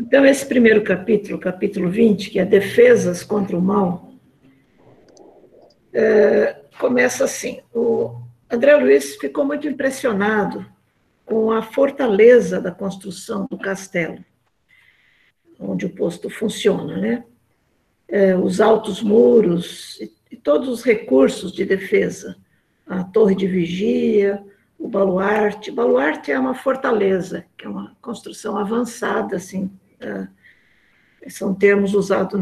Então, esse primeiro capítulo, capítulo 20, que é Defesas contra o Mal, começa assim. O André Luiz ficou muito impressionado com a fortaleza da construção do castelo, onde o posto funciona, né? Os altos muros e todos os recursos de defesa, a torre de vigia, o baluarte. Baluarte é uma fortaleza, que é uma construção avançada, assim, são termos usados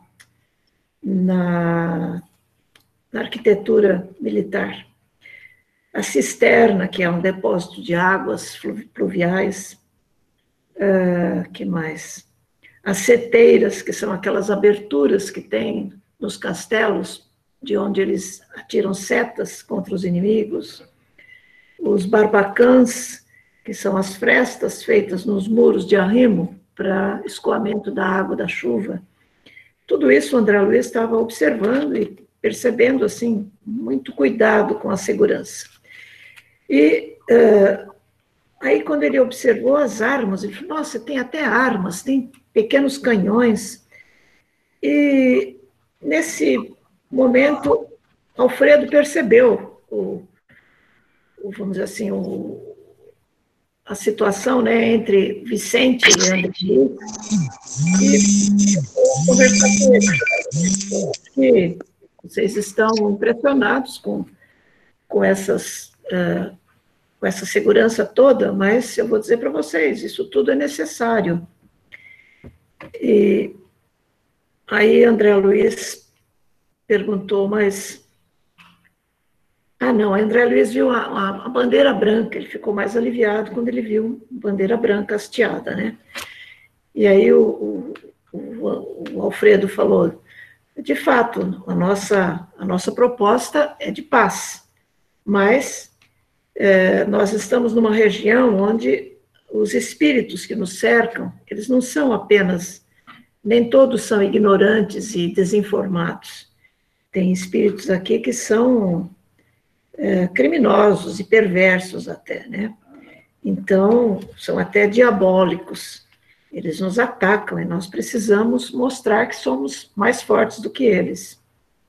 na arquitetura militar. A cisterna, que é um depósito de águas pluviais, que mais? As seteiras, que são aquelas aberturas que tem nos castelos, de onde eles atiram setas contra os inimigos. Os barbacãs, que são as frestas feitas nos muros de arrimo para escoamento da água da chuva. Tudo isso o André Luiz estava observando e percebendo, assim, muito cuidado com a segurança. E aí, quando ele observou as armas, ele falou, nossa, tem até armas, tem pequenos canhões. E, nesse momento, Alfredo percebeu, vamos dizer assim, a situação, né, entre Vicente e André Luiz, e conversar com ele. Que vocês estão impressionados com essa segurança toda, mas eu vou dizer para vocês, isso tudo é necessário. E aí André Luiz perguntou, mas... não, André Luiz viu a bandeira branca, ele ficou mais aliviado quando ele viu a bandeira branca hasteada, né? E aí o Alfredo falou, de fato, a nossa proposta é de paz, mas nós estamos numa região onde os espíritos que nos cercam, eles não são apenas, nem todos são ignorantes e desinformados. Tem espíritos aqui que são criminosos e perversos até, né? Então, são até diabólicos. Eles nos atacam e nós precisamos mostrar que somos mais fortes do que eles.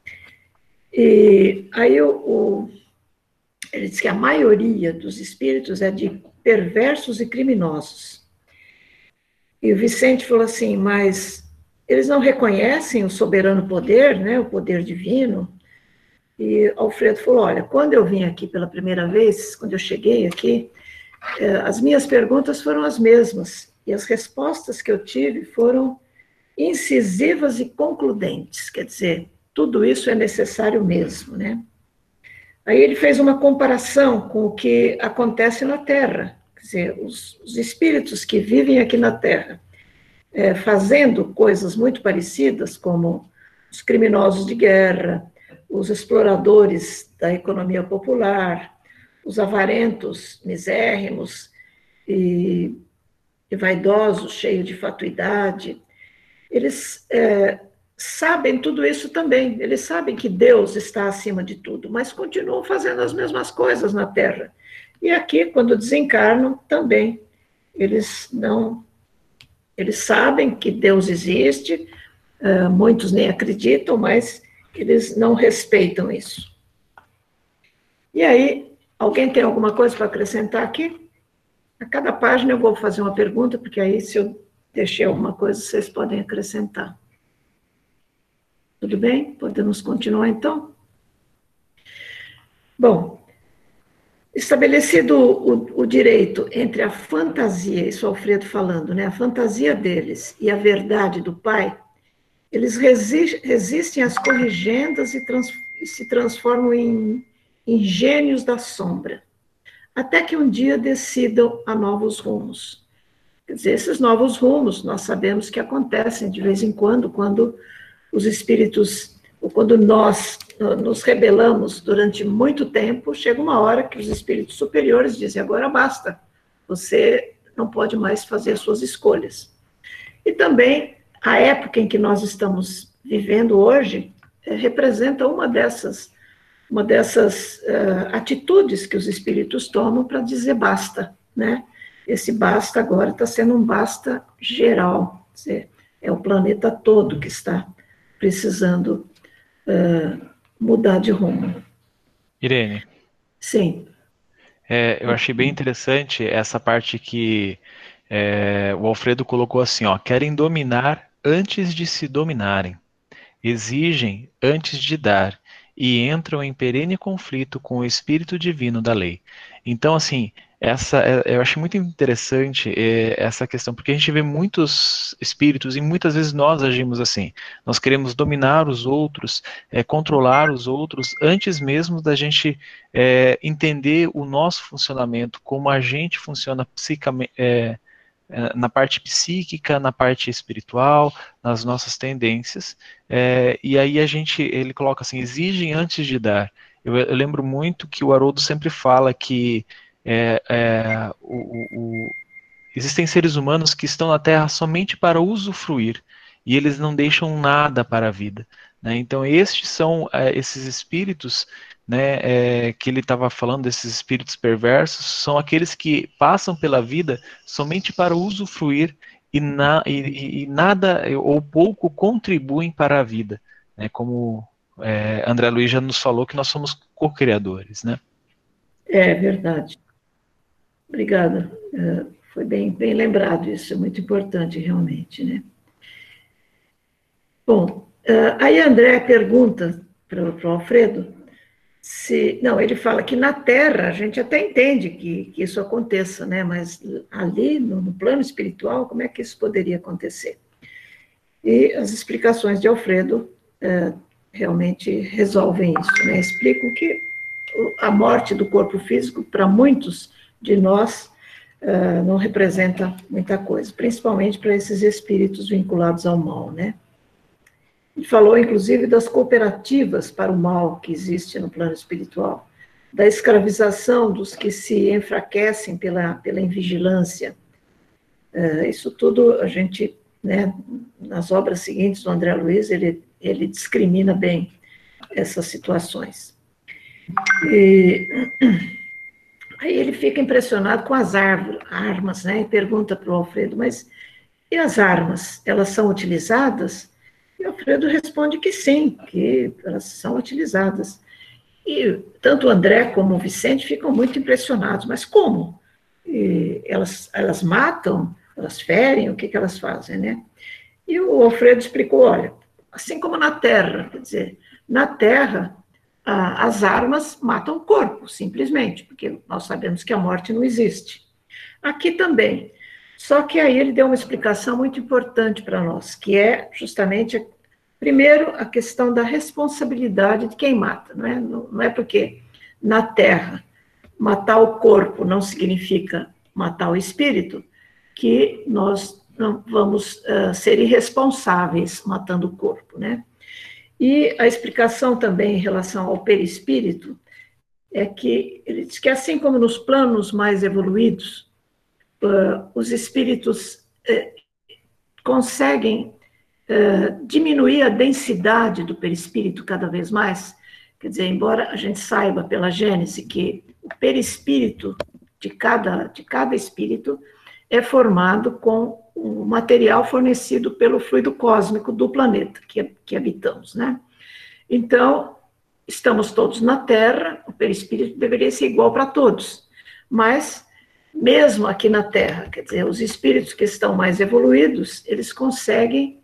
E aí ele diz que a maioria dos espíritos é de perversos e criminosos. E o Vicente falou assim, mas eles não reconhecem o soberano poder, né, o poder divino? E Alfredo falou, olha, quando eu vim aqui pela primeira vez, quando eu cheguei aqui, as minhas perguntas foram as mesmas, e as respostas que eu tive foram incisivas e concludentes, quer dizer, tudo isso é necessário mesmo, né? Aí ele fez uma comparação com o que acontece na Terra, quer dizer, os espíritos que vivem aqui na Terra, fazendo coisas muito parecidas, como os criminosos de guerra, os exploradores da economia popular, os avarentos misérrimos e vaidosos, cheios de fatuidade, eles sabem tudo isso também, eles sabem que Deus está acima de tudo, mas continuam fazendo as mesmas coisas na Terra. E aqui, quando desencarnam, também, eles sabem que Deus existe, muitos nem acreditam, mas eles não respeitam isso. E aí, alguém tem alguma coisa para acrescentar aqui? A cada página eu vou fazer uma pergunta, porque aí, se eu deixei alguma coisa, vocês podem acrescentar. Tudo bem? Podemos continuar, então? Bom, estabelecido o direito entre a fantasia, isso Alfredo falando, né, a fantasia deles e a verdade do Pai, eles resistem às corrigendas e se transformam em gênios da sombra, até que um dia decidam a novos rumos. Quer dizer, esses novos rumos, nós sabemos que acontecem de vez em quando os espíritos, ou quando nós nos rebelamos durante muito tempo, chega uma hora que os espíritos superiores dizem, agora basta, você não pode mais fazer as suas escolhas. E também, a época em que nós estamos vivendo hoje, representa uma dessas atitudes que os espíritos tomam para dizer basta, né? esse basta agora está sendo um basta geral, quer dizer, é o planeta todo que está precisando mudar de rumo. Irene, Sim, eu achei bem interessante essa parte que o Alfredo colocou assim, ó, querem dominar antes de se dominarem, exigem antes de dar e entram em perene conflito com o espírito divino da lei. Então, assim, eu acho muito interessante essa questão, porque a gente vê muitos espíritos e muitas vezes nós agimos assim. Nós queremos dominar os outros, controlar os outros, antes mesmo da gente entender o nosso funcionamento, como a gente funciona psicamente, na parte psíquica, na parte espiritual, nas nossas tendências, e aí ele coloca assim, exigem antes de dar. Eu lembro muito que o Haroldo sempre fala que é, é, o, existem seres humanos que estão na Terra somente para usufruir, e eles não deixam nada para a vida. Né? Então, estes são esses espíritos, né, que ele estava falando, desses espíritos perversos, são aqueles que passam pela vida somente para usufruir e nada ou pouco contribuem para a vida. Né? Como André Luiz já nos falou que nós somos co-criadores. Né? é verdade. Obrigada. Foi bem lembrado isso, é muito importante realmente, né? Bom, aí André pergunta para o Alfredo se. Não, ele fala que na Terra a gente até entende que isso aconteça, né? Mas ali, no plano espiritual, como é que isso poderia acontecer? E as explicações de Alfredo realmente resolvem isso, né? Explicam que a morte do corpo físico, para muitos de nós, não representa muita coisa, principalmente para esses espíritos vinculados ao mal, né? Ele falou, inclusive, das cooperativas para o mal que existe no plano espiritual, da escravização dos que se enfraquecem pela invigilância. Isso tudo a gente, né, nas obras seguintes do André Luiz, ele discrimina bem essas situações. E aí ele fica impressionado com as armas, né, e pergunta para o Alfredo, mas e as armas, elas são utilizadas? E o Alfredo responde que sim, que elas são utilizadas. E tanto o André como o Vicente ficam muito impressionados, mas como? E elas matam, elas ferem, o que elas fazem, né? E o Alfredo explicou, olha, assim como na Terra, quer dizer, na Terra as armas matam o corpo, simplesmente, porque nós sabemos que a morte não existe. Aqui também. Só que aí ele deu uma explicação muito importante para nós, que é justamente, primeiro, a questão da responsabilidade de quem mata. Não é porque na Terra matar o corpo não significa matar o espírito, que nós não vamos ser irresponsáveis matando o corpo, né? E a explicação também em relação ao perispírito é que ele diz que assim como nos planos mais evoluídos, os espíritos conseguem diminuir a densidade do perispírito cada vez mais. Quer dizer, embora a gente saiba pela Gênese que o perispírito de cada espírito é formado com o material fornecido pelo fluido cósmico do planeta que habitamos, né? Então, estamos todos na Terra, o perispírito deveria ser igual para todos, mas mesmo aqui na Terra, quer dizer, os espíritos que estão mais evoluídos, eles conseguem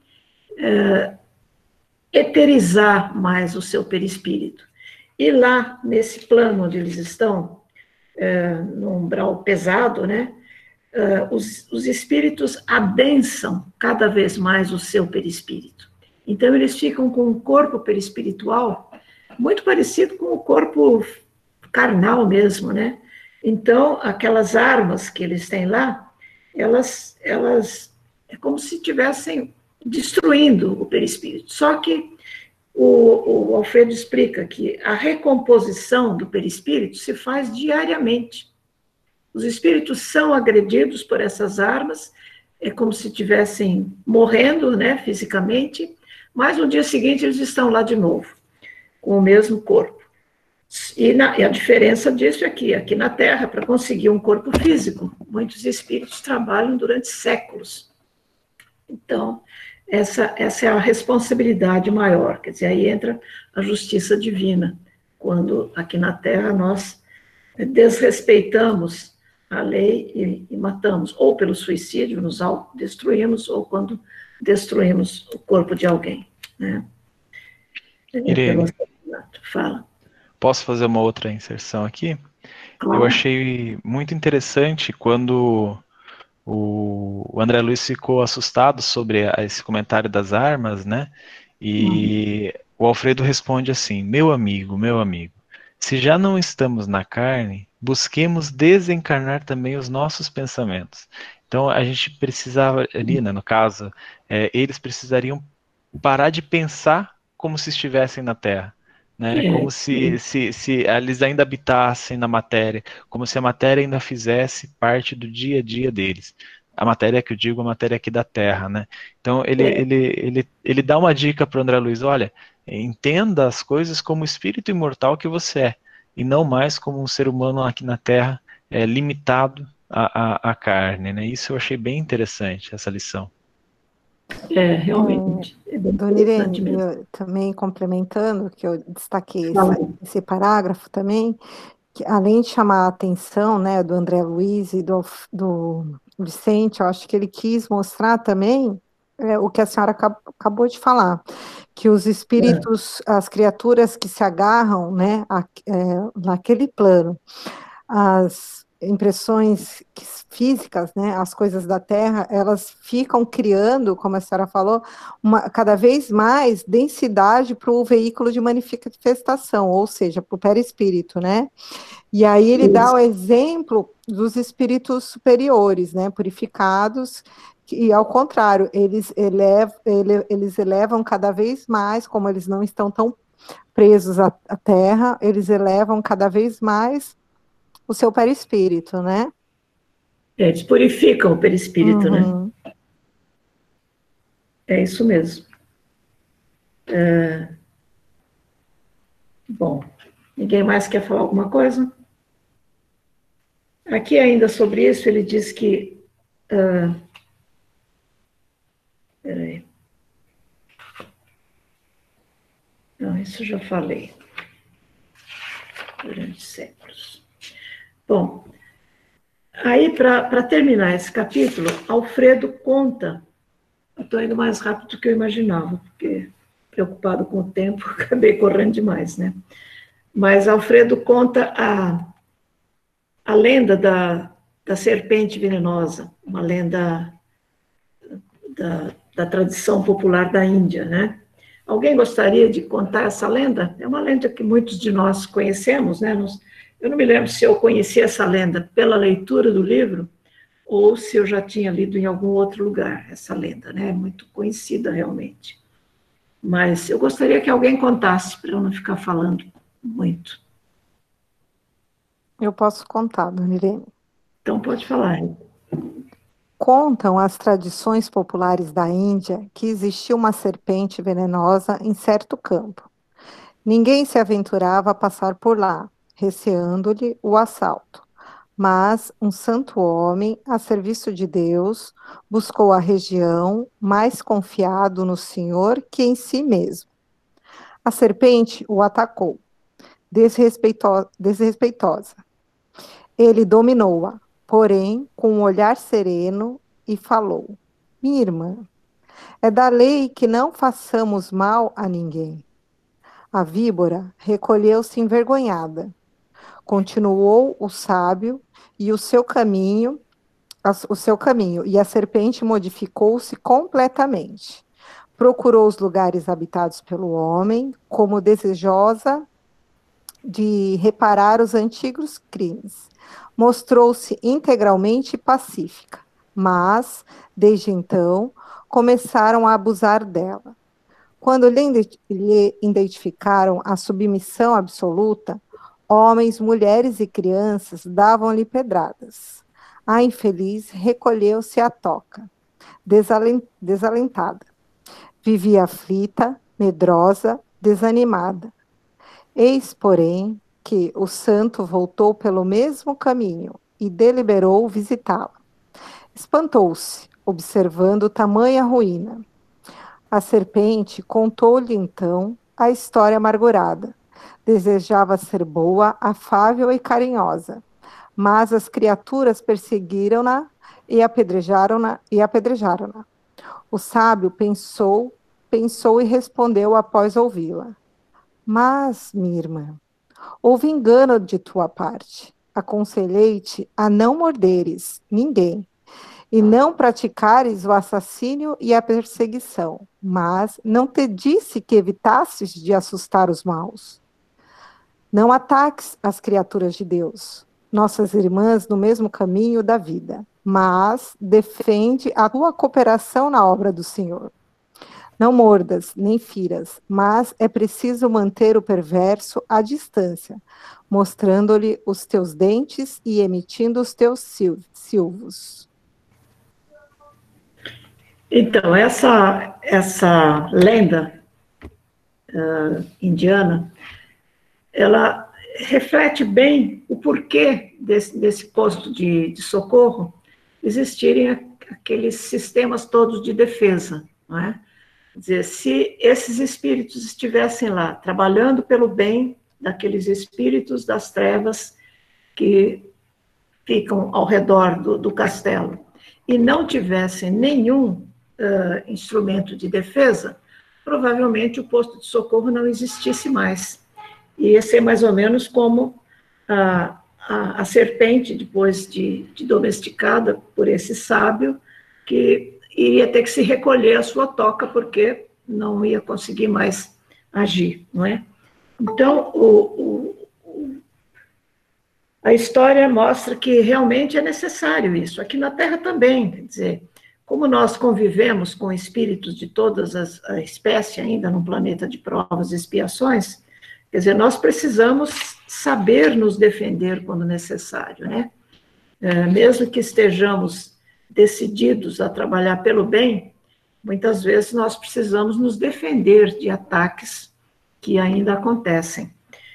eterizar mais o seu perispírito. E lá, nesse plano onde eles estão, no umbral pesado, né, os espíritos adensam cada vez mais o seu perispírito. Então, eles ficam com um corpo perispiritual muito parecido com o corpo carnal mesmo, né? Então, aquelas armas que eles têm lá, elas é como se estivessem destruindo o perispírito. Só que o Alfredo explica que a recomposição do perispírito se faz diariamente. Os espíritos são agredidos por essas armas, é como se estivessem morrendo, né, fisicamente, mas no dia seguinte eles estão lá de novo, com o mesmo corpo. E a diferença disso é que aqui na Terra, para conseguir um corpo físico, muitos espíritos trabalham durante séculos. Então, essa é a responsabilidade maior, quer dizer, aí entra a justiça divina, quando aqui na Terra nós desrespeitamos a lei e matamos, ou pelo suicídio, nos autodestruímos, ou quando destruímos o corpo de alguém, né? Pelo Irene, assassinato. Fala. posso fazer uma outra inserção aqui? Eu Claro. achei muito interessante quando o André Luiz ficou assustado sobre esse comentário das armas, né? E o Alfredo responde assim: meu amigo, se já não estamos na carne, busquemos desencarnar também os nossos pensamentos. Então a gente precisava, ali, né, no caso, eles precisariam parar de pensar como se estivessem na Terra. Né, É, como se eles ainda habitassem na matéria, como se a matéria ainda fizesse parte do dia a dia deles. A matéria que eu digo, a matéria aqui da Terra, né? Então é, ele dá uma dica para o André Luiz: olha, entenda as coisas como o espírito imortal que você é, e não mais como um ser humano aqui na Terra, limitado à carne, né? Isso eu achei bem interessante, essa lição. realmente, é bem Dona interessante Irene, mesmo. eu também complementando, que eu destaquei Fala. esse parágrafo também, que além de chamar a atenção, né, do André Luiz e do Vicente, eu acho que ele quis mostrar também o que a senhora acabou de falar, que os espíritos, as criaturas que se agarram, né, naquele plano, as impressões físicas, né, as coisas da Terra, elas ficam criando, como a senhora falou, cada vez mais densidade para o veículo de manifestação, ou seja, para o perispírito, né? E aí ele dá o exemplo dos espíritos superiores, né, purificados, e ao contrário, eles elevam cada vez mais, como eles não estão tão presos à Terra, eles elevam cada vez mais o seu perispírito, né? Eles purificam o perispírito, né? Uhum. É isso mesmo. Bom, ninguém mais quer falar alguma coisa? Aqui ainda sobre isso, ele diz que... peraí. Não, isso eu já falei. Durante séculos. Bom, aí para terminar esse capítulo, Alfredo conta... Estou indo mais rápido do que eu imaginava, porque preocupado com o tempo, acabei correndo demais, né? Mas Alfredo conta a lenda da serpente venenosa, uma lenda da tradição popular da Índia, né? Alguém gostaria de contar essa lenda? É uma lenda que muitos de nós conhecemos, né? Eu não me lembro se eu conheci essa lenda pela leitura do livro ou se eu já tinha lido em algum outro lugar essa lenda, né? É muito conhecida realmente. Mas eu gostaria que alguém contasse, para eu não ficar falando muito. Eu posso contar, Dona Irene. Então, pode falar. Contam as tradições populares da Índia que existiu uma serpente venenosa em certo campo. Ninguém se aventurava a passar por lá, receando-lhe o assalto. Mas um santo homem, a serviço de Deus, buscou a região, mais confiado no Senhor que em si mesmo. A serpente o atacou, desrespeitosa. Ele dominou-a, porém, com um olhar sereno, e falou: Minha irmã, é da lei que não façamos mal a ninguém. A víbora recolheu-se envergonhada. Continuou o sábio e o seu caminho, e a serpente modificou-se completamente. Procurou os lugares habitados pelo homem, como desejosa de reparar os antigos crimes. Mostrou-se integralmente pacífica, mas, desde então, começaram a abusar dela. Quando lhe identificaram a submissão absoluta, homens, mulheres e crianças davam-lhe pedradas. A infeliz recolheu-se à toca, desalentada. Vivia aflita, medrosa, desanimada. Eis, porém, que o santo voltou pelo mesmo caminho e deliberou visitá-la. Espantou-se, observando tamanha ruína. A serpente contou-lhe então a história amargurada. Desejava ser boa, afável e carinhosa, mas as criaturas perseguiram-na e apedrejaram-na. O sábio pensou e respondeu após ouvi-la. Mas, minha irmã, houve engano de tua parte. Aconselhei-te a não morderes ninguém e não praticares o assassínio e a perseguição, mas não te disse que evitasses de assustar os maus. Não ataques as criaturas de Deus, nossas irmãs no mesmo caminho da vida, mas defende a tua cooperação na obra do Senhor. Não mordas, nem firas, mas é preciso manter o perverso à distância, mostrando-lhe os teus dentes e emitindo os teus silvos. Então, essa lenda indiana, ela reflete bem o porquê desse posto de socorro existirem aqueles sistemas todos de defesa, não é? Quer dizer, se esses espíritos estivessem lá, trabalhando pelo bem daqueles espíritos das trevas que ficam ao redor do castelo, e não tivessem nenhum instrumento de defesa, provavelmente o posto de socorro não existisse mais. Ia ser mais ou menos como a serpente, depois de domesticada por esse sábio, que iria ter que se recolher à sua toca, porque não ia conseguir mais agir, não é? Então, a história mostra que realmente é necessário isso. Aqui na Terra também, quer dizer, como nós convivemos com espíritos de todas a espécie ainda num planeta de provas e expiações, quer dizer, nós precisamos saber nos defender quando necessário, né? Mesmo que estejamos decididos a trabalhar pelo bem, muitas vezes nós precisamos nos defender de ataques que ainda acontecem.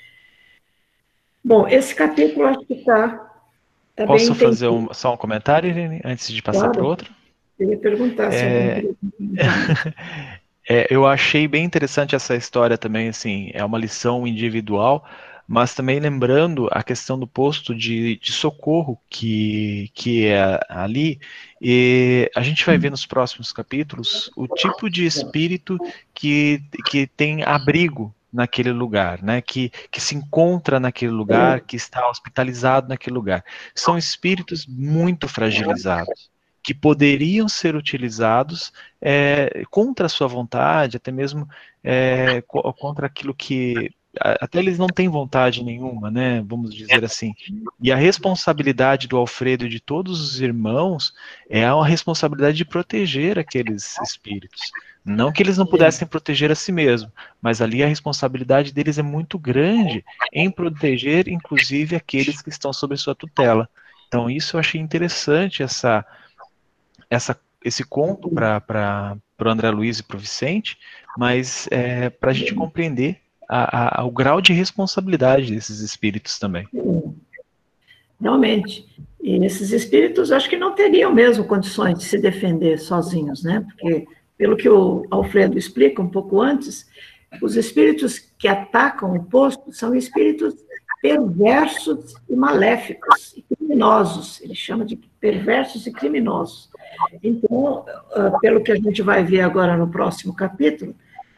Bom, esse capítulo acho que está bem. Posso fazer só um comentário, Irene, antes de passar para o outro? Eu ia perguntar se alguém queria perguntar. Eu achei bem interessante essa história também, assim, é uma lição individual, mas também lembrando a questão do posto de socorro que é ali, e a gente vai ver nos próximos capítulos o tipo de espírito que tem abrigo naquele lugar, né, que se encontra naquele lugar, que está hospitalizado naquele lugar. São espíritos muito fragilizados, que poderiam ser utilizados contra a sua vontade, até mesmo contra aquilo que até eles não têm vontade nenhuma, né? Vamos dizer assim. E a responsabilidade do Alfredo e de todos os irmãos é a responsabilidade de proteger aqueles espíritos. Não que eles não pudessem proteger a si mesmos, mas ali a responsabilidade deles é muito grande em proteger, inclusive, aqueles que estão sob sua tutela. Então, isso eu achei interessante, esse conto para o André Luiz e para o Vicente, mas para a gente compreender o grau de responsabilidade desses espíritos também. Realmente. E esses espíritos acho que não teriam mesmo condições de se defender sozinhos, né? Porque, pelo que o Alfredo explica um pouco antes, os espíritos que atacam o posto são espíritos perversos e maléficos, e criminosos. Ele chama de perversos e criminosos. Então, pelo que a gente vai ver agora no próximo capítulo,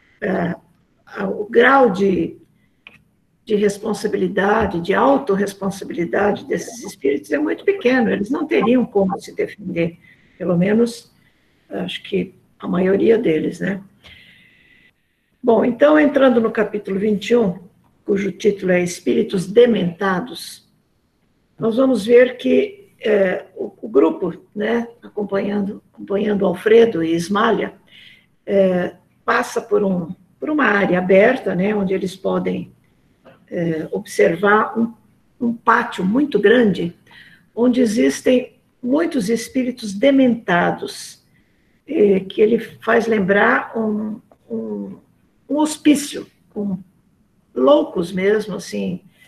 o grau de responsabilidade, de autorresponsabilidade desses espíritos é muito pequeno, eles não teriam como se defender, pelo menos, acho que a maioria deles, né? Bom, então, entrando no capítulo 21, cujo título é Espíritos Dementados, nós vamos ver que o grupo, né, acompanhando Alfredo e Ismália, passa por uma área aberta, né, onde eles podem observar um pátio muito grande, onde existem muitos espíritos dementados, que ele faz lembrar um hospício, com loucos mesmo, assim,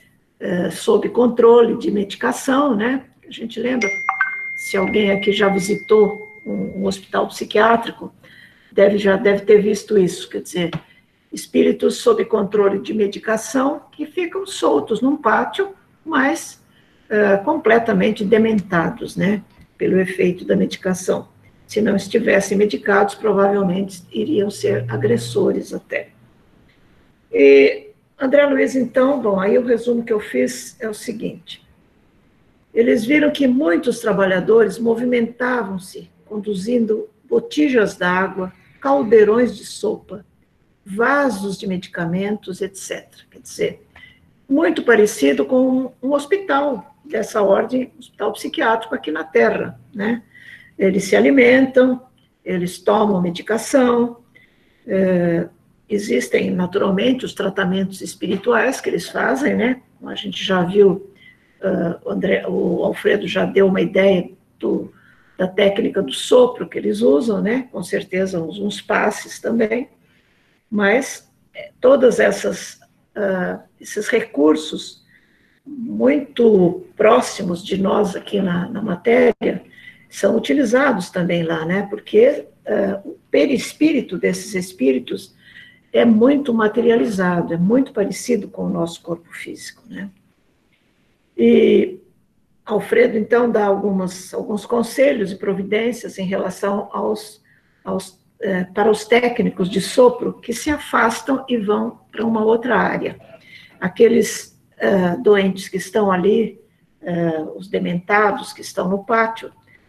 sob controle de medicação, né? A gente lembra, se alguém aqui já visitou um hospital psiquiátrico, já deve ter visto isso, quer dizer, espíritos sob controle de medicação que ficam soltos num pátio, mas completamente dementados, né, pelo efeito da medicação. Se não estivessem medicados, provavelmente iriam ser agressores até. E André Luiz, então, bom, aí o resumo que eu fiz é o seguinte: eles viram que muitos trabalhadores movimentavam-se, conduzindo botijas d'água, caldeirões de sopa, vasos de medicamentos, etc. Quer dizer, muito parecido com um hospital dessa ordem, hospital psiquiátrico aqui na Terra, né? Eles se alimentam, eles tomam medicação, existem, naturalmente, os tratamentos espirituais que eles fazem, né? A gente já viu, o Alfredo já deu uma ideia da técnica do sopro que eles usam, né? Com certeza uns passes também, mas todas esses recursos muito próximos de nós aqui na matéria são utilizados também lá, né? Porque o perispírito desses espíritos é muito materializado, é muito parecido com o nosso corpo físico, né? E Alfredo, então, dá alguns conselhos e providências em relação para os técnicos de sopro que se afastam e vão para uma outra área. Aqueles doentes que estão ali, os dementados que estão no pátio,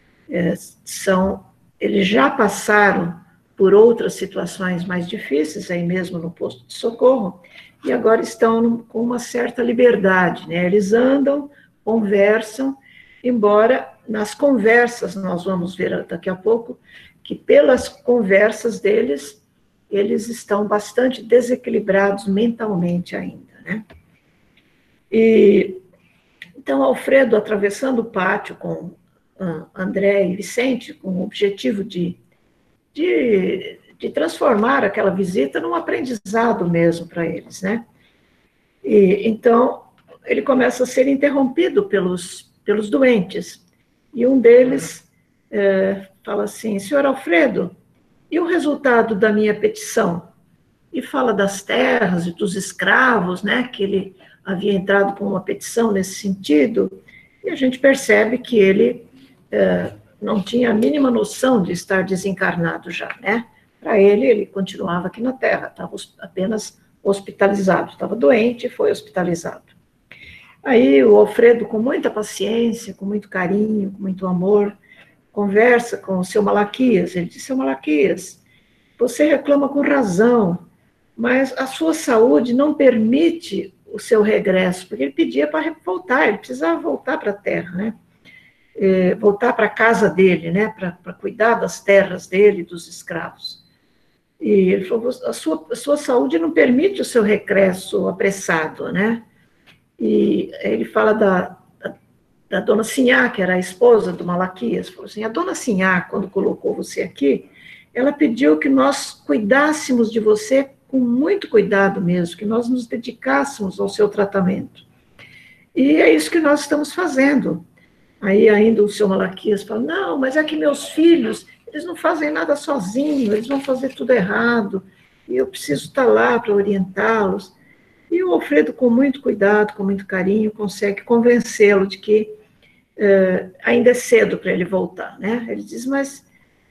eles já passaram por outras situações mais difíceis, aí mesmo no posto de socorro, e agora estão com uma certa liberdade, né? Eles andam, conversam, embora nas conversas, nós vamos ver daqui a pouco, que pelas conversas deles, eles estão bastante desequilibrados mentalmente ainda, né? E, então, Alfredo, atravessando o pátio com André e Vicente, com o objetivo de transformar aquela visita num aprendizado mesmo para eles, né? E, então, ele começa a ser interrompido pelos doentes, e um deles fala assim: senhor Alfredo, e o resultado da minha petição? E fala das terras e dos escravos, né, que ele havia entrado com uma petição nesse sentido, e a gente percebe que ele não tinha a mínima noção de estar desencarnado já, né? Para ele continuava aqui na Terra, estava apenas hospitalizado, estava doente e foi hospitalizado. Aí o Alfredo, com muita paciência, com muito carinho, com muito amor, conversa com o seu Malaquias. Ele diz: seu Malaquias, você reclama com razão, mas a sua saúde não permite o seu regresso, porque ele pedia para voltar, ele precisava voltar para a Terra, né? Voltar para a casa dele, né? Para cuidar das terras dele, dos escravos. E ele falou: a sua saúde não permite o seu regresso apressado, né? E ele fala da dona Sinhá, que era a esposa do Malaquias, falou assim: a dona Sinhá, quando colocou você aqui, ela pediu que nós cuidássemos de você com muito cuidado mesmo, que nós nos dedicássemos ao seu tratamento. E é isso que nós estamos fazendo. Aí ainda o seu Malaquias fala: não, mas é que meus filhos, eles não fazem nada sozinhos, eles vão fazer tudo errado, e eu preciso estar lá para orientá-los. E o Alfredo, com muito cuidado, com muito carinho, consegue convencê-lo de que ainda é cedo para ele voltar, né? Ele diz: mas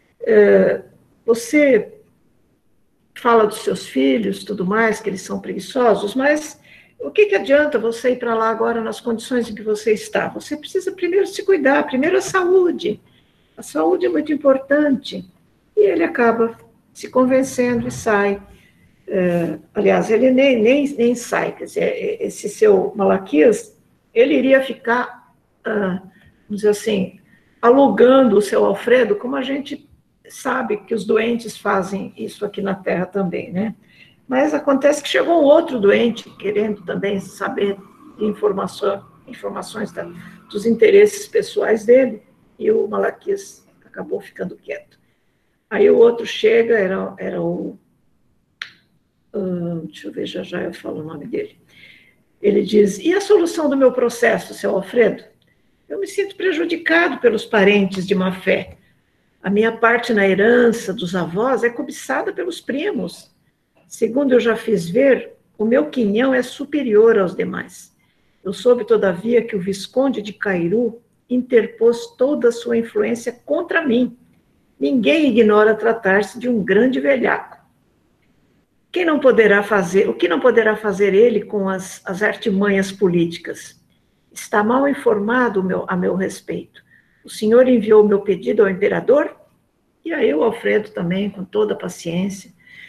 você fala dos seus filhos, tudo mais, que eles são preguiçosos, mas o que adianta você ir para lá agora nas condições em que você está? Você precisa primeiro se cuidar, primeiro a saúde. A saúde é muito importante. E ele acaba se convencendo e sai. Aliás, ele nem sai, quer dizer, esse seu Malaquias, ele iria ficar, vamos dizer assim, alugando o seu Alfredo, como a gente sabe que os doentes fazem isso aqui na Terra também, né? Mas acontece que chegou um outro doente, querendo também saber de informações dos interesses pessoais dele, e o Malaquias acabou ficando quieto. Aí o outro chega, era o... deixa eu ver, já eu falo o nome dele. Ele diz, e a solução do meu processo, seu Alfredo? Eu me sinto prejudicado pelos parentes de má fé. A minha parte na herança dos avós é cobiçada pelos primos. Segundo eu já fiz ver, o meu quinhão é superior aos demais. Eu soube, todavia, que o Visconde de Cairu interpôs toda a sua influência contra mim. Ninguém ignora tratar-se de um grande velhaco. O que não poderá fazer ele com as artimanhas políticas? Está mal informado a meu respeito. O senhor enviou meu pedido ao imperador? E aí o Alfredo também, com toda a paciência,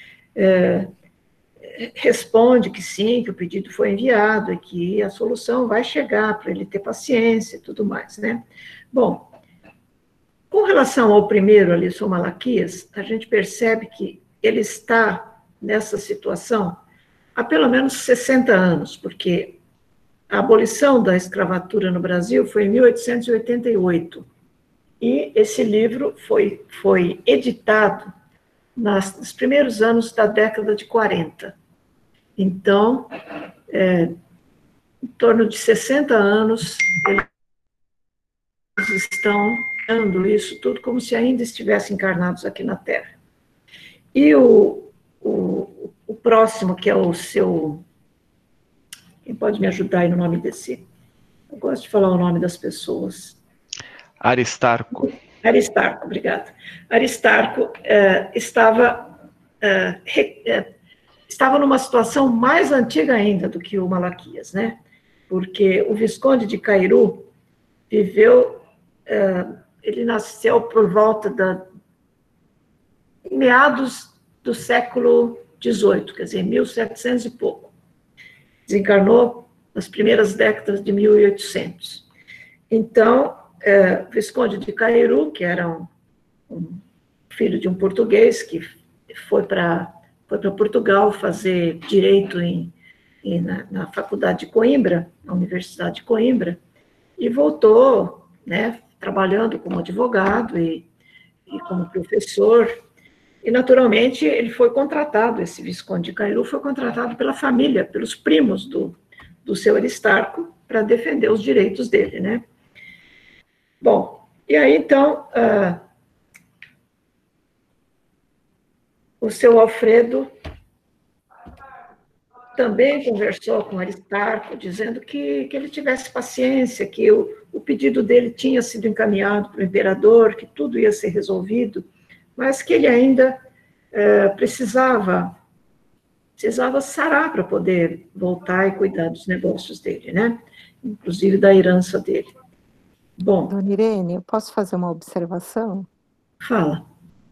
responde que sim, que o pedido foi enviado e que a solução vai chegar para ele ter paciência e tudo mais, né? Bom, com relação ao primeiro ali, São Malaquias, a gente percebe que ele está nessa situação há pelo menos 60 anos, porque a abolição da escravatura no Brasil foi em 1888, e esse livro foi editado nos primeiros anos da década de 40. Então, em torno de 60 anos, eles estão dando isso tudo como se ainda estivessem encarnados aqui na Terra. E o próximo, que é o seu... Quem pode me ajudar aí no nome desse? Eu gosto de falar o nome das pessoas. Aristarco. Aristarco, obrigada. Aristarco estava numa situação mais antiga ainda do que o Malaquias, né? Porque o Visconde de Cairu viveu, ele nasceu por volta em meados do século XVIII, quer dizer, 1700 e pouco. Desencarnou nas primeiras décadas de 1800. Então, Visconde de Cairu, que era um filho de um português que foi para Portugal fazer direito na faculdade de Coimbra, na Universidade de Coimbra, e voltou, né, trabalhando como advogado e como professor. E, naturalmente, ele foi contratado, esse Visconde de Cairu foi contratado pela família, pelos primos do seu Aristarco, para defender os direitos dele, né? Bom, e aí, então, o seu Alfredo também conversou com Aristarco, dizendo que ele tivesse paciência, que o pedido dele tinha sido encaminhado para o imperador, que tudo ia ser resolvido, mas que ele ainda precisava sarar para poder voltar e cuidar dos negócios dele, né? Inclusive da herança dele. Bom. Dona Irene, eu posso fazer uma observação? Fala.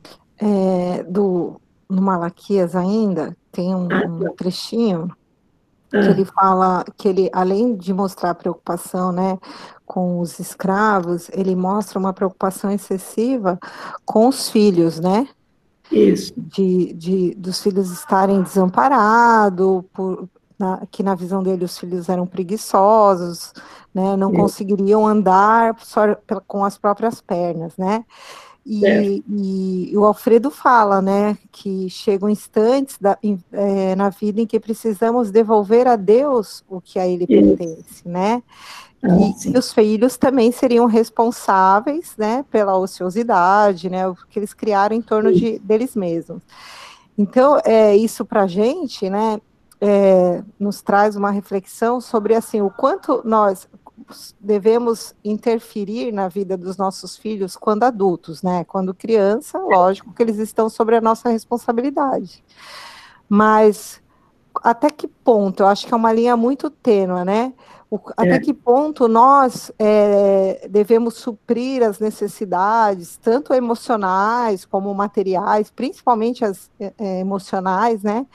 No Malaquias ainda, tem um trechinho que ele fala que ele, além de mostrar preocupação, né, com os escravos, ele mostra uma preocupação excessiva com os filhos, né? Isso. Dos filhos estarem desamparados, que na visão dele os filhos eram preguiçosos, né, não conseguiriam andar só com as próprias pernas, né? E o Alfredo fala, né, que chegam instantes na vida em que precisamos devolver a Deus o que a ele pertence, né? E os filhos também seriam responsáveis, né, pela ociosidade, né, o que eles criaram em torno deles mesmos. Então, isso para a gente, né, nos traz uma reflexão sobre, assim, o quanto nós devemos interferir na vida dos nossos filhos quando adultos, né? Quando criança, lógico que eles estão sobre a nossa responsabilidade. Mas até que ponto? Eu acho que é uma linha muito tênue, né? Até que ponto nós devemos suprir as necessidades, tanto emocionais como materiais, principalmente as emocionais, né?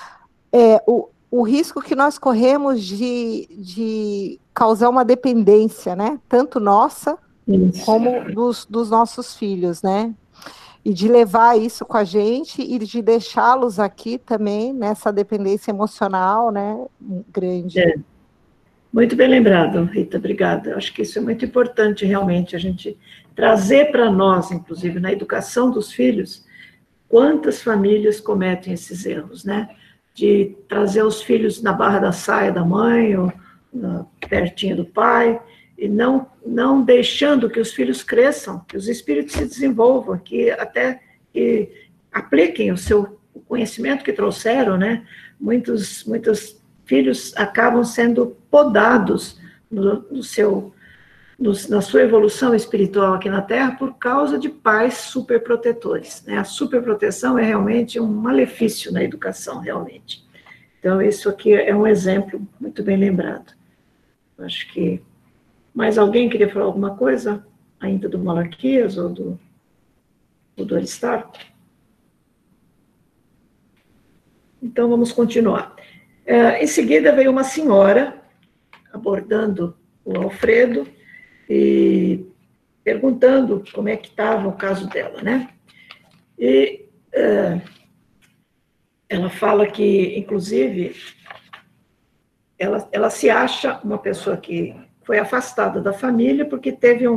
O risco que nós corremos de causar uma dependência, né? Tanto nossa como dos nossos filhos, né? E de levar isso com a gente e de deixá-los aqui também nessa dependência emocional, né? Grande. Muito bem lembrado, Rita, obrigada. Acho que isso é muito importante, realmente, a gente trazer para nós, inclusive, na educação dos filhos, quantas famílias cometem esses erros, né? De trazer os filhos na barra da saia da mãe, pertinho do pai, e não deixando que os filhos cresçam, que os espíritos se desenvolvam, que até que apliquem o conhecimento que trouxeram, né? Muitos filhos acabam sendo podados na sua evolução espiritual aqui na Terra por causa de pais superprotetores, né? A superproteção é realmente um malefício na educação, realmente. Então, isso aqui é um exemplo muito bem lembrado. Acho que... Mais alguém queria falar alguma coisa? Ainda do Malaquias ou do Aristarco? Então, vamos continuar. Em seguida, veio uma senhora abordando o Alfredo e perguntando como é que estava o caso dela, né? E ela fala que, inclusive, ela se acha uma pessoa que foi afastada da família porque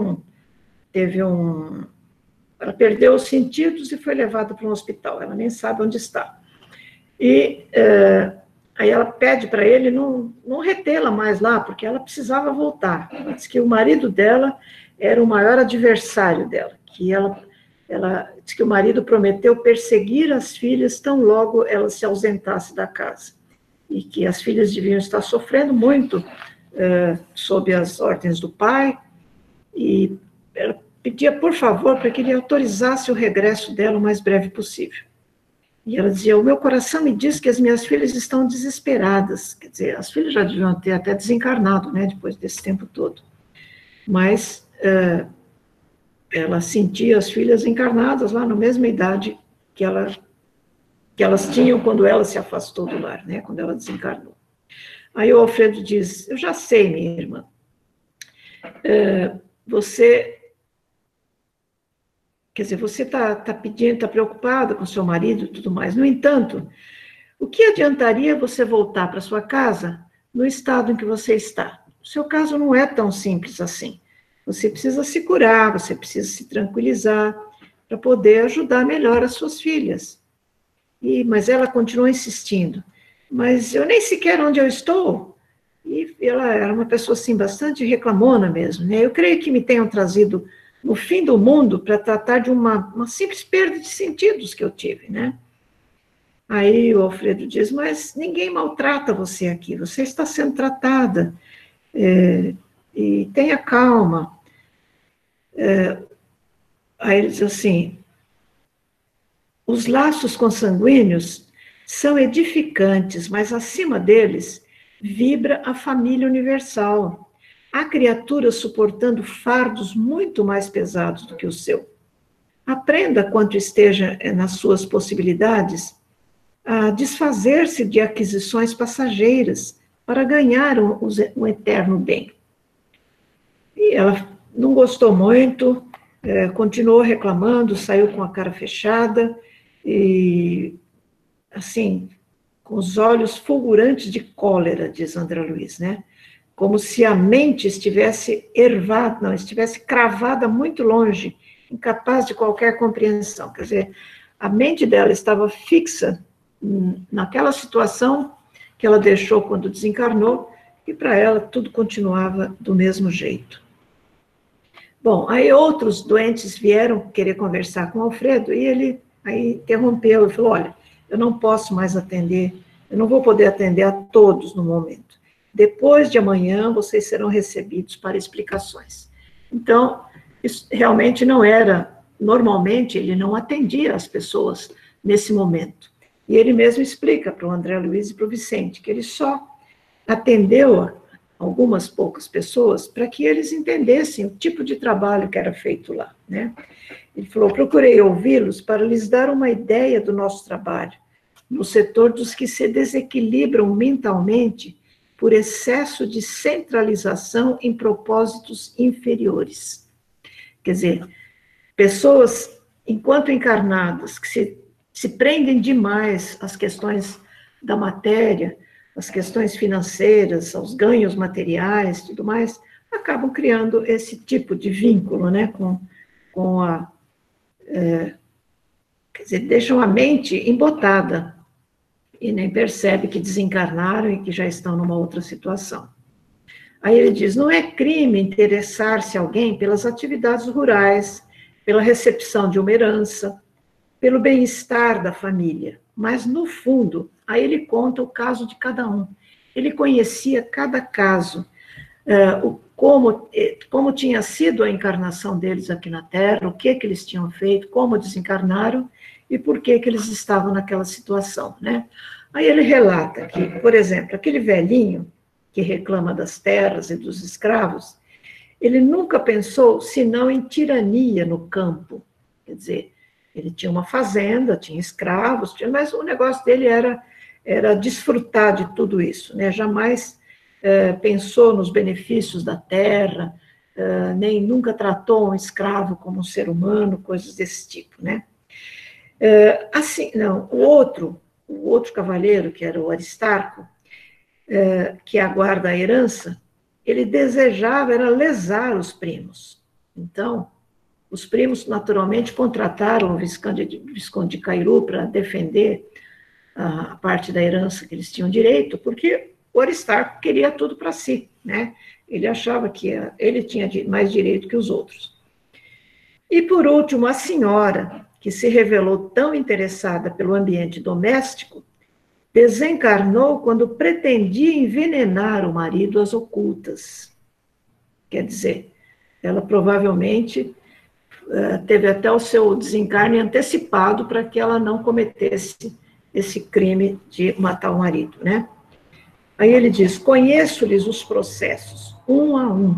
ela perdeu os sentidos e foi levada para um hospital, ela nem sabe onde está. E aí ela pede para ele não retê-la mais lá, porque ela precisava voltar. Ela diz que o marido dela era o maior adversário dela, que ela diz que o marido prometeu perseguir as filhas tão logo ela se ausentasse da casa, e que as filhas deviam estar sofrendo muito sob as ordens do pai, e ela pedia, por favor, para que ele autorizasse o regresso dela o mais breve possível. E ela dizia, o meu coração me diz que as minhas filhas estão desesperadas. Quer dizer, as filhas já deviam ter até desencarnado, né, depois desse tempo todo. Mas ela sentia as filhas encarnadas lá na mesma idade que elas tinham quando ela se afastou do lar, né, quando ela desencarnou. Aí o Alfredo diz, eu já sei, minha irmã, você está pedindo, está preocupada com seu marido e tudo mais. No entanto, o que adiantaria você voltar para sua casa no estado em que você está? O seu caso não é tão simples assim. Você precisa se curar, você precisa se tranquilizar para poder ajudar melhor as suas filhas. Mas ela continuou insistindo. Mas eu nem sequer onde eu estou. E ela era uma pessoa, assim, bastante reclamona mesmo, né? Eu creio que me tenham trazido no fim do mundo para tratar de uma simples perda de sentidos que eu tive, né? Aí o Alfredo diz, mas ninguém maltrata você aqui, você está sendo tratada, e tenha calma. Aí ele diz assim, os laços consanguíneos são edificantes, mas acima deles vibra a família universal. Há criaturas suportando fardos muito mais pesados do que o seu. Aprenda, quanto esteja nas suas possibilidades, a desfazer-se de aquisições passageiras para ganhar um eterno bem. E ela não gostou muito, continuou reclamando, saiu com a cara fechada e, assim, com os olhos fulgurantes de cólera, diz André Luiz, né? Como se a mente estivesse estivesse cravada muito longe, incapaz de qualquer compreensão. Quer dizer, a mente dela estava fixa naquela situação que ela deixou quando desencarnou, e para ela tudo continuava do mesmo jeito. Bom, aí outros doentes vieram querer conversar com o Alfredo, e ele aí interrompeu e falou, olha, eu não posso mais atender, eu não vou poder atender a todos no momento. Depois de amanhã, vocês serão recebidos para explicações. Então, isso realmente não era, normalmente ele não atendia as pessoas nesse momento. E ele mesmo explica para o André Luiz e para o Vicente, que ele só atendeu algumas poucas pessoas para que eles entendessem o tipo de trabalho que era feito lá, né? Ele falou, procurei ouvi-los para lhes dar uma ideia do nosso trabalho, no setor dos que se desequilibram mentalmente por excesso de centralização em propósitos inferiores. Quer dizer, pessoas, enquanto encarnadas, que se prendem demais às questões da matéria, às questões financeiras, aos ganhos materiais e tudo mais, acabam criando esse tipo de vínculo, né, quer dizer, deixam a mente embotada e nem percebe que desencarnaram e que já estão numa outra situação. Aí ele diz, não é crime interessar-se alguém pelas atividades rurais, pela recepção de uma herança, pelo bem-estar da família, mas no fundo, aí ele conta o caso de cada um. Ele conhecia cada caso, como tinha sido a encarnação deles aqui na Terra, o que eles tinham feito, como desencarnaram e por que eles estavam naquela situação, né? Aí ele relata que, por exemplo, aquele velhinho que reclama das terras e dos escravos, ele nunca pensou senão em tirania no campo. Quer dizer, ele tinha uma fazenda, tinha escravos, mas o negócio dele era desfrutar de tudo isso, né? Jamais pensou nos benefícios da terra, nem nunca tratou um escravo como um ser humano, coisas desse tipo, né? Assim, não, o outro cavaleiro, que era o Aristarco, que aguarda a herança, ele desejava era lesar os primos. Então, os primos, naturalmente, contrataram o Visconde de Cairu para defender a parte da herança que eles tinham direito, porque o Aristarco queria tudo para si, né? Ele achava que ele tinha mais direito que os outros. E, por último, a senhora, que se revelou tão interessada pelo ambiente doméstico, desencarnou quando pretendia envenenar o marido às ocultas. Quer dizer, ela provavelmente teve até o seu desencarne antecipado para que ela não cometesse esse crime de matar o marido, né? Aí ele diz, conheço-lhes os processos, um a um.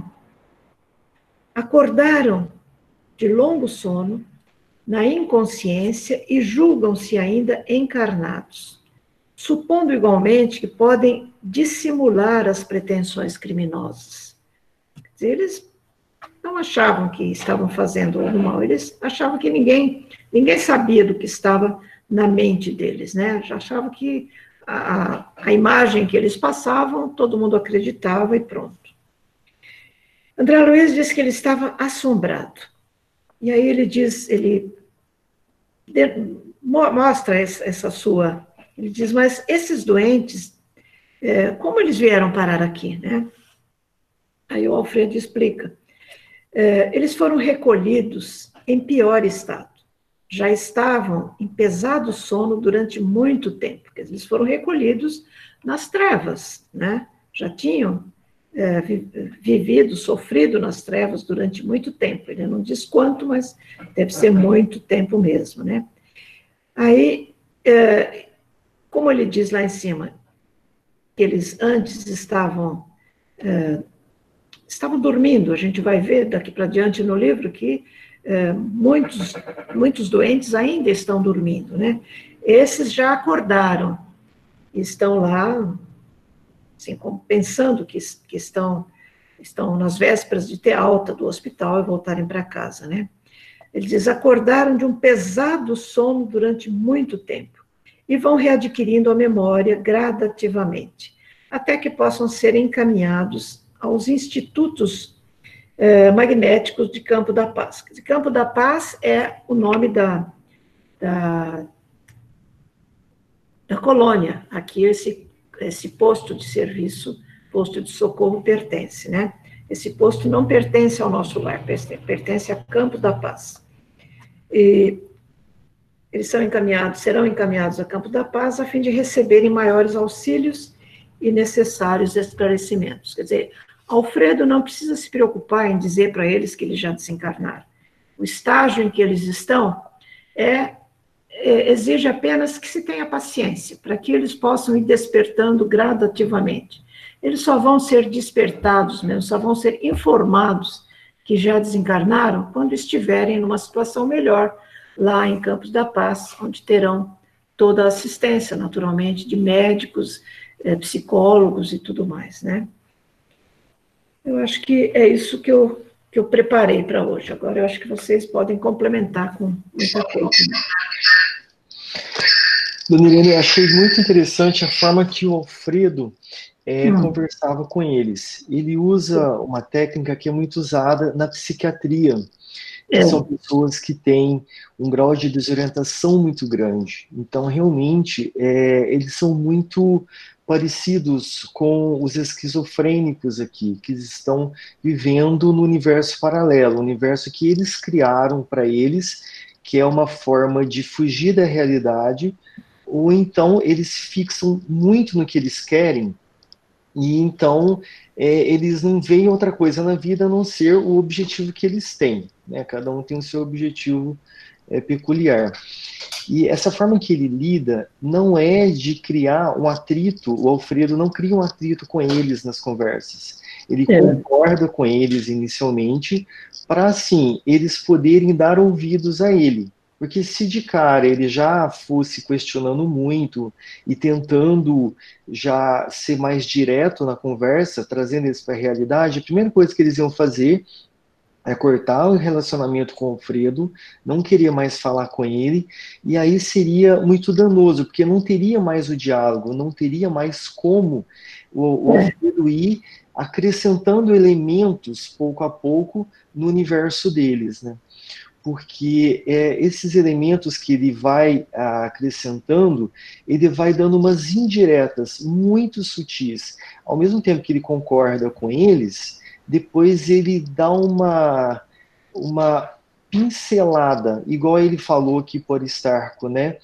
Acordaram de longo sono, na inconsciência, e julgam-se ainda encarnados, supondo igualmente que podem dissimular as pretensões criminosas. Quer dizer, eles não achavam que estavam fazendo algo mal, eles achavam que ninguém sabia do que estava na mente deles, né? Já achavam que a imagem que eles passavam, todo mundo acreditava e pronto. André Luiz diz que ele estava assombrado. E aí ele diz, mostra essa sua... Ele diz, mas esses doentes, como eles vieram parar aqui, né? Aí o Alfredo explica. Eles foram recolhidos em pior estado. Já estavam em pesado sono durante muito tempo. Porque eles foram recolhidos nas trevas, né? Já tinham vivido, sofrido nas trevas durante muito tempo. Ele não diz quanto, mas deve ser muito tempo mesmo, né? Aí, como ele diz lá em cima, que eles antes estavam dormindo, a gente vai ver daqui para diante no livro que muitos doentes ainda estão dormindo, né? Esses já acordaram, estão lá, assim, pensando que estão nas vésperas de ter alta do hospital e voltarem para casa, né? Ele diz, acordaram de um pesado sono durante muito tempo e vão readquirindo a memória gradativamente, até que possam ser encaminhados aos institutos magnéticos de Campo da Paz. Campo da Paz é o nome da colônia. Aqui esse posto de serviço, posto de socorro pertence, né? Esse posto não pertence ao nosso lar, pertence a Campo da Paz. E eles serão encaminhados a Campo da Paz a fim de receberem maiores auxílios e necessários esclarecimentos. Quer dizer, Alfredo não precisa se preocupar em dizer para eles que eles já desencarnaram. O estágio em que eles estão exige apenas que se tenha paciência, para que eles possam ir despertando gradativamente. Eles só vão ser despertados mesmo, só vão ser informados que já desencarnaram quando estiverem numa situação melhor, lá em Campos da Paz, onde terão toda a assistência, naturalmente, de médicos, psicólogos e tudo mais, né? Eu acho que é isso que eu preparei para hoje. Agora eu acho que vocês podem complementar com muita coisa. Dona Irene, eu achei muito interessante a forma que o Alfredo conversava com eles. Ele usa uma técnica que é muito usada na psiquiatria, que são pessoas que têm um grau de desorientação muito grande. Então, realmente, eles são muito parecidos com os esquizofrênicos aqui, que estão vivendo no universo paralelo, o universo que eles criaram para eles, que é uma forma de fugir da realidade, ou então eles fixam muito no que eles querem, e então eles não veem outra coisa na vida a não ser o objetivo que eles têm, né? Cada um tem o seu objetivo peculiar. E essa forma que ele lida não é de criar um atrito, o Alfredo não cria um atrito com eles nas conversas. Ele concorda com eles inicialmente, para assim, eles poderem dar ouvidos a ele. Porque se de cara ele já fosse questionando muito e tentando já ser mais direto na conversa, trazendo isso para a realidade, a primeira coisa que eles iam fazer é cortar o relacionamento com o Alfredo, não queria mais falar com ele, e aí seria muito danoso, porque não teria mais o diálogo, não teria mais como o Alfredo ir acrescentando elementos, pouco a pouco, no universo deles, né? Porque esses elementos que ele vai acrescentando, ele vai dando umas indiretas muito sutis. Ao mesmo tempo que ele concorda com eles, depois ele dá uma pincelada, igual ele falou aqui por Aristarco, né?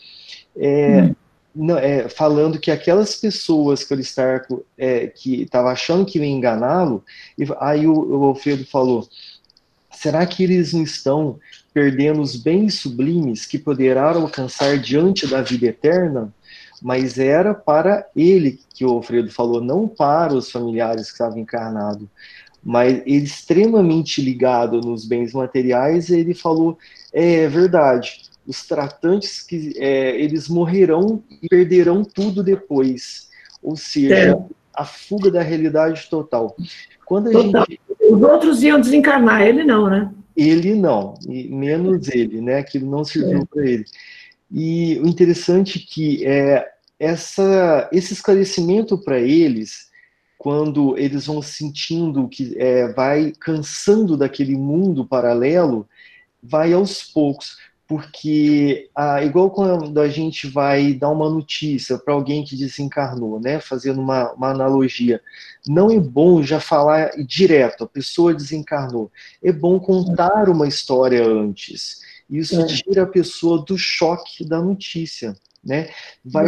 Falando que aquelas pessoas que o Aristarco que estava achando que ia enganá-lo, aí o Alfredo falou, será que eles não estão perdendo os bens sublimes que poderão alcançar diante da vida eterna? Mas era para ele que o Alfredo falou, não para os familiares que estavam encarnados. Mas ele extremamente ligado nos bens materiais, ele falou, é verdade, os tratantes que eles morrerão e perderão tudo depois. Ou seja, a fuga da realidade total. Quando os outros iam desencarnar, ele não, né? Ele não, e menos ele, né? Aquilo não serviu para ele. E o interessante é que esse esclarecimento para eles, quando eles vão sentindo que vai cansando daquele mundo paralelo, vai aos poucos, porque igual quando a gente vai dar uma notícia para alguém que desencarnou, né, fazendo uma analogia, não é bom já falar direto, a pessoa desencarnou, é bom contar uma história antes, isso tira a pessoa do choque da notícia, né? Vai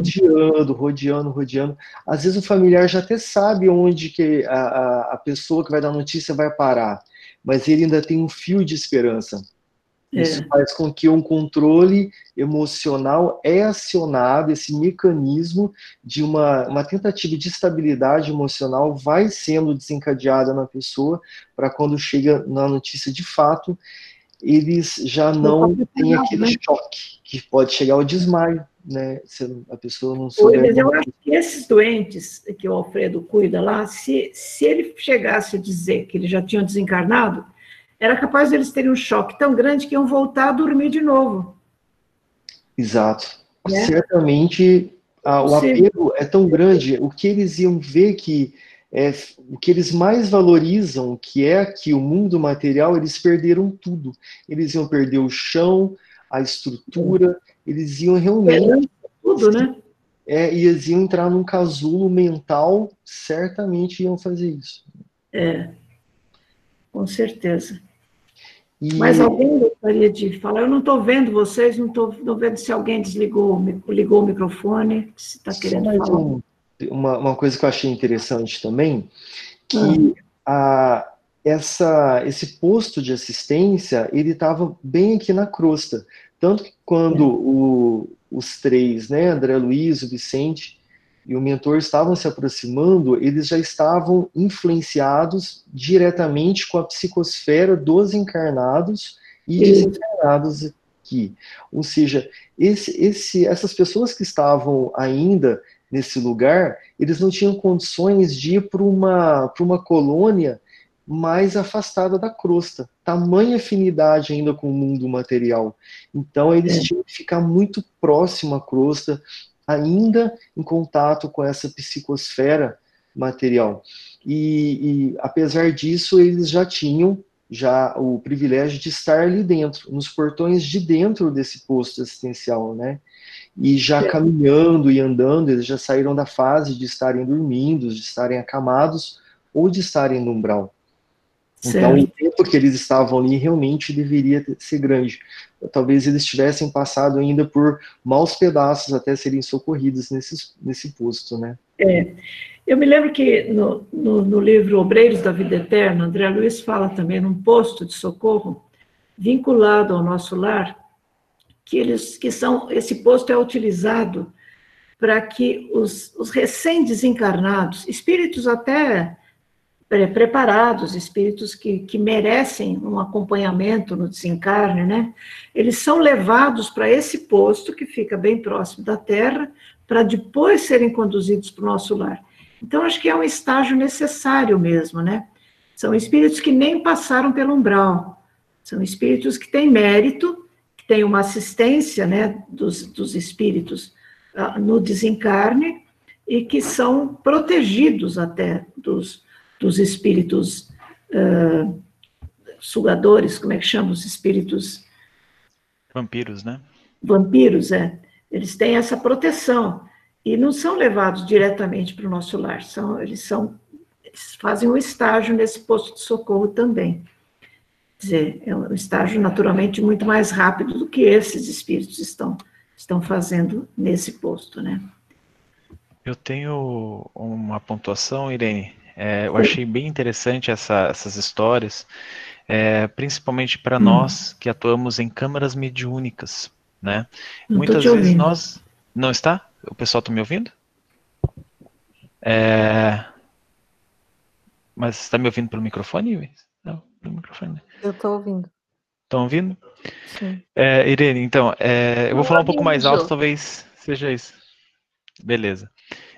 rodeando. Às vezes o familiar já até sabe onde que a pessoa que vai dar notícia vai parar, mas ele ainda tem um fio de esperança. Isso faz com que um controle emocional é acionado, esse mecanismo de uma tentativa de estabilidade emocional vai sendo desencadeada na pessoa, para quando chega na notícia de fato, eles já não têm aquele choque, que pode chegar ao desmaio, né? Se a pessoa não souber. Eu acho que esses doentes que o Alfredo cuida lá, se ele chegasse a dizer que eles já tinham desencarnado, era capaz de eles terem um choque tão grande que iam voltar a dormir de novo. Exato. Certamente o apego é tão grande, o que eles iam ver que o que eles mais valorizam, que é aqui o mundo material, eles perderam tudo. Eles iam perder o chão, a estrutura, eles iam realmente... Tudo, né? E eles iam entrar num casulo mental, certamente iam fazer isso. Com certeza. Mas alguém gostaria de falar? Eu não estou vendo vocês, não estou vendo se alguém ligou o microfone, se está querendo falar. Uma coisa que eu achei interessante também, que esse posto de assistência, ele estava bem aqui na crosta. Tanto que quando os três, né, André Luiz, o Vicente e o mentor estavam se aproximando, eles já estavam influenciados diretamente com a psicosfera dos encarnados e desencarnados aqui. Ou seja, essas pessoas que estavam ainda nesse lugar, eles não tinham condições de ir para uma colônia mais afastada da crosta. Tamanha afinidade ainda com o mundo material. Então, eles tinham que ficar muito próximo à crosta, ainda em contato com essa psicosfera material. E apesar disso, eles já tinham o privilégio de estar ali dentro, nos portões de dentro desse posto assistencial, né? e já caminhando e andando, eles já saíram da fase de estarem dormindo, de estarem acamados ou de estarem no umbral. Então, o tempo que eles estavam ali realmente deveria ser grande. Talvez eles tivessem passado ainda por maus pedaços até serem socorridos nesse posto, né? Eu me lembro que no livro Obreiros da Vida Eterna, André Luiz fala também num posto de socorro vinculado ao nosso lar, esse posto é utilizado para que os recém-desencarnados, espíritos até preparados, espíritos que merecem um acompanhamento no desencarne, né? Eles são levados para esse posto que fica bem próximo da Terra, para depois serem conduzidos para o nosso lar. Então, acho que é um estágio necessário mesmo, né? São espíritos que nem passaram pelo umbral, são espíritos que têm mérito, que têm uma assistência, né, dos espíritos no desencarne, e que são protegidos até dos espíritos sugadores, como é que chama os espíritos? Vampiros, né? Vampiros, Eles têm essa proteção e não são levados diretamente para o nosso lar, eles fazem um estágio nesse posto de socorro também. Quer dizer, é um estágio naturalmente muito mais rápido do que esses espíritos estão fazendo nesse posto, né? Eu tenho uma pontuação, Irene. Eu achei bem interessante essas histórias, principalmente para nós que atuamos em câmaras mediúnicas, né? Não estou Muitas te vezes ouvindo. nós... Não está? O pessoal está me ouvindo? Mas está me ouvindo pelo microfone, Ives? Não, pelo microfone. Eu estou ouvindo. Estão ouvindo? Sim. Irene, então, eu vou falar um pouco mais alto, Ju. talvez seja isso. Beleza.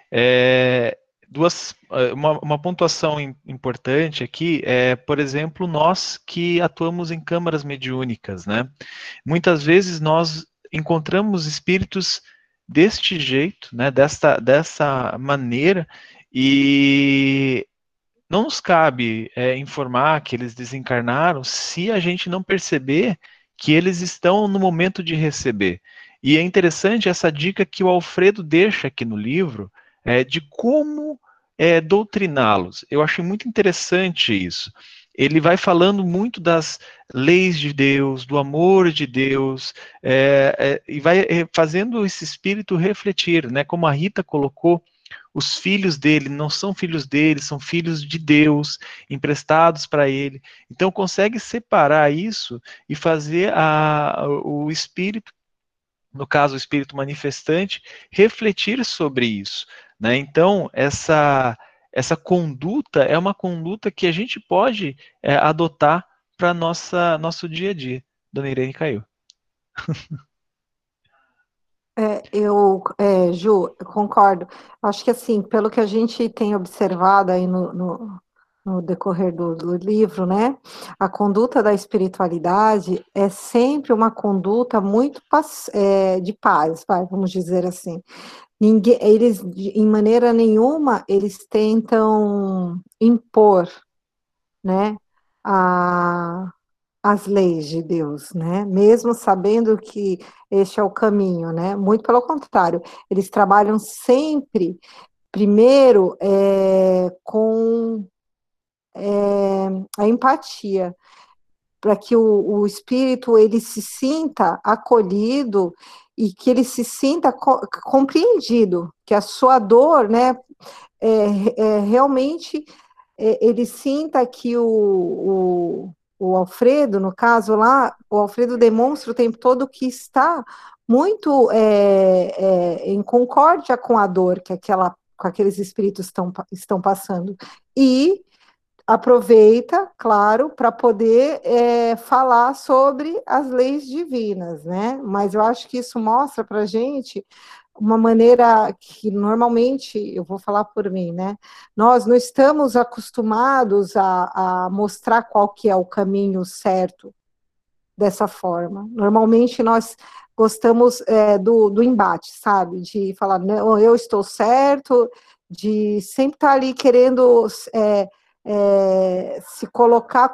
Uma pontuação importante aqui por exemplo, nós que atuamos em câmaras mediúnicas, né? Muitas vezes nós encontramos espíritos deste jeito, né? Dessa maneira, e não nos cabe informar que eles desencarnaram se a gente não perceber que eles estão no momento de receber. E é interessante essa dica que o Alfredo deixa aqui no livro, de como doutriná-los. Eu achei muito interessante isso. Ele vai falando muito das leis de Deus, do amor de Deus, e vai fazendo esse espírito refletir, né? Como a Rita colocou, os filhos dele não são filhos dele, são filhos de Deus, emprestados para ele. Então consegue separar isso e fazer o espírito, no caso o espírito manifestante, refletir sobre isso, né? Então essa conduta é uma conduta que a gente pode adotar para nosso dia a dia. Dona Irene caiu. Ju, eu concordo. Acho que, assim, pelo que a gente tem observado aí no decorrer do livro, né, a conduta da espiritualidade é sempre uma conduta muito de paz, vamos dizer assim. Eles, em maneira nenhuma, eles tentam impor, né, as leis de Deus, né? Mesmo sabendo que este é o caminho, né? Muito pelo contrário, eles trabalham sempre, primeiro, com a empatia, para que o espírito ele se sinta acolhido e que ele se sinta compreendido, que a sua dor, né, realmente ele sinta que o Alfredo, no caso lá, o Alfredo demonstra o tempo todo que está muito em concórdia com a dor que com aqueles espíritos estão passando. E aproveita, claro, para poder falar sobre as leis divinas, né? Mas eu acho que isso mostra para a gente uma maneira que normalmente, eu vou falar por mim, né? Nós não estamos acostumados a mostrar qual que é o caminho certo dessa forma. Normalmente nós gostamos do embate, sabe? De falar, não, eu estou certo, de sempre estar ali querendo se colocar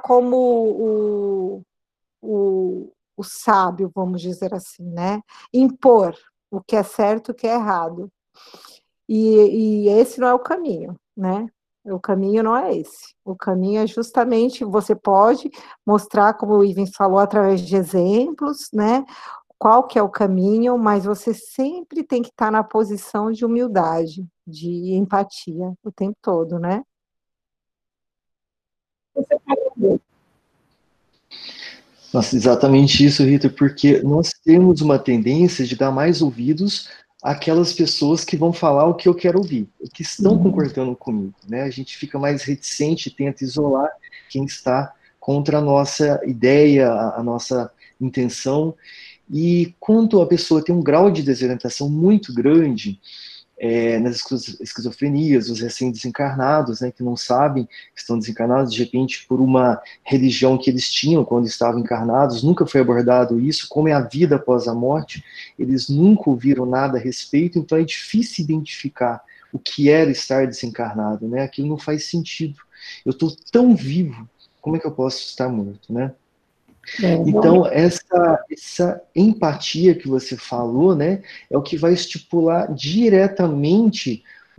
como o sábio, vamos dizer assim, né? Impor o que é certo e o que é errado. E esse não é o caminho, né? O caminho não é esse. O caminho é justamente, você pode mostrar, como o Ivens falou, através de exemplos, né? Qual que é o caminho, mas você sempre tem que estar na posição de humildade, de empatia o tempo todo, né? Nossa, exatamente isso, Rita, porque nós temos uma tendência de dar mais ouvidos àquelas pessoas que vão falar o que eu quero ouvir, que estão concordando comigo, né? A gente fica mais reticente, tenta isolar quem está contra a nossa ideia, a nossa intenção. E quando a pessoa tem um grau de desorientação muito grande, nas esquizofrenias, os recém-desencarnados, né, que não sabem que estão desencarnados, de repente, por uma religião que eles tinham quando estavam encarnados, nunca foi abordado isso, como é a vida após a morte, eles nunca ouviram nada a respeito, então é difícil identificar o que era estar desencarnado, né? Aquilo não faz sentido. Eu estou tão vivo, como é que eu posso estar morto, né? Então, essa empatia que você falou, né, é o que vai estipular diretamente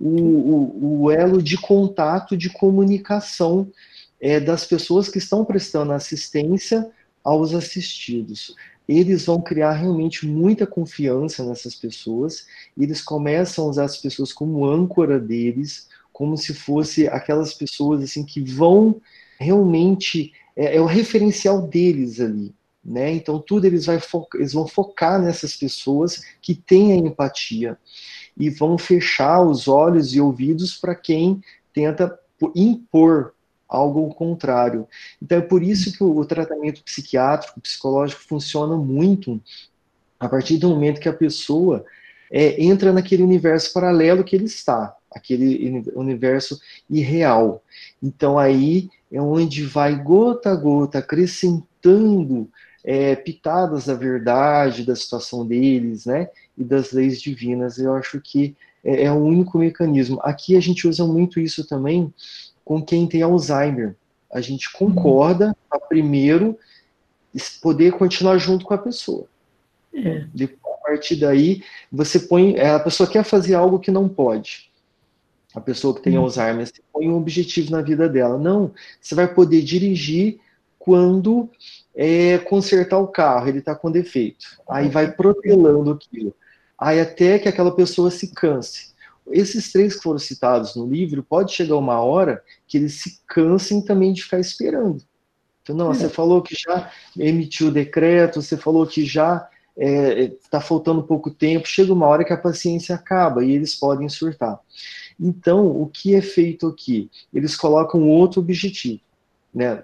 o elo de contato, de comunicação das pessoas que estão prestando assistência aos assistidos. Eles vão criar realmente muita confiança nessas pessoas, e eles começam a usar as pessoas como âncora deles, como se fosse aquelas pessoas assim que vão realmente é o referencial deles ali, né? Então tudo eles vão focar nessas pessoas que têm a empatia e vão fechar os olhos e ouvidos para quem tenta impor algo ao contrário. Então é por isso que o tratamento psiquiátrico, psicológico funciona muito a partir do momento que a pessoa entra naquele universo paralelo que ele está, aquele universo irreal. Então aí é onde vai gota a gota acrescentando pitadas da verdade, da situação deles, né, e das leis divinas. Eu acho que é o único mecanismo. Aqui a gente usa muito isso também com quem tem Alzheimer. A gente concorda para primeiro poder continuar junto com a pessoa. Depois, a partir daí, você põe. A pessoa quer fazer algo que não pode. A pessoa que tem Alzheimer, você põe um objetivo na vida dela. Não, você vai poder dirigir quando consertar o carro, ele está com defeito. Aí vai protelando aquilo. Aí até que aquela pessoa se canse. Esses 3 que foram citados no livro, pode chegar uma hora que eles se cansem também de ficar esperando. Então, não, você falou que já emitiu o decreto, você falou que já está faltando pouco tempo, chega uma hora que a paciência acaba e eles podem surtar. Então, o que é feito aqui? Eles colocam outro objetivo, né?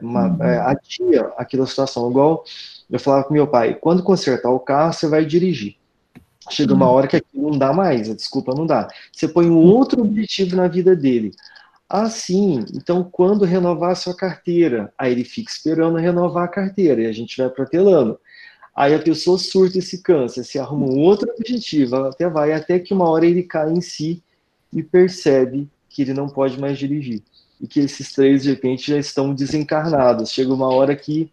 Adia aquela situação, igual eu falava com meu pai, quando consertar o carro, você vai dirigir. Chega uma hora que aquilo não dá mais, a desculpa não dá. Você põe um outro objetivo na vida dele. Assim, então quando renovar a sua carteira, aí ele fica esperando renovar a carteira, e a gente vai protelando. Aí a pessoa surta e se cansa, se arruma um outro objetivo, até que uma hora ele cai em si e percebe que ele não pode mais dirigir. E que esses 3, de repente, já estão desencarnados. Chega uma hora que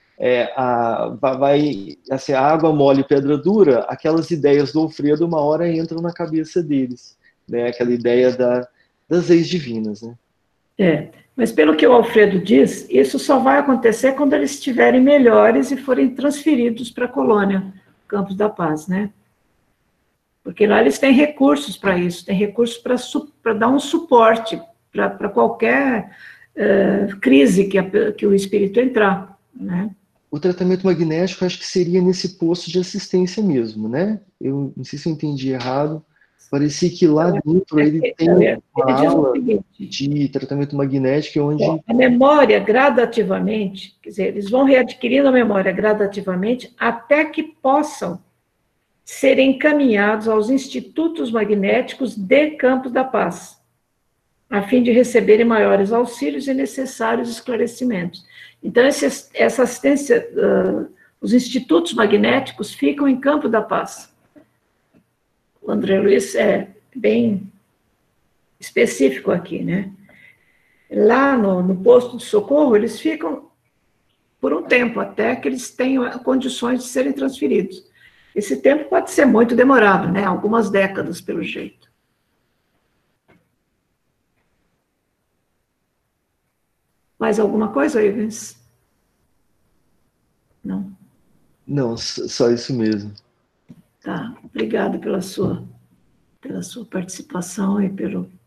assim, a água mole e pedra dura, aquelas ideias do Alfredo, uma hora entram na cabeça deles. Né? Aquela ideia das leis divinas. Né? Mas pelo que o Alfredo diz, isso só vai acontecer quando eles estiverem melhores e forem transferidos para a colônia, Campos da Paz, né? Porque lá eles têm recursos para isso, têm recursos para dar um suporte para qualquer crise que o espírito entrar, né? O tratamento magnético, acho que seria nesse posto de assistência mesmo, né? Eu não sei se eu entendi errado. Parecia que lá dentro ele tem uma aula de tratamento magnético onde... A memória, gradativamente, quer dizer, eles vão readquirindo a memória gradativamente até que possam ser encaminhados aos institutos magnéticos de Campos da Paz, a fim de receberem maiores auxílios e necessários esclarecimentos. Então, essa assistência, os institutos magnéticos ficam em Campos da Paz. O André Luiz é bem específico aqui, né? Lá no posto de socorro, eles ficam por um tempo, até que eles tenham condições de serem transferidos. Esse tempo pode ser muito demorado, né? Algumas décadas, pelo jeito. Mais alguma coisa, Ivens? Não? Não, só isso mesmo. Tá, obrigada pela sua participação e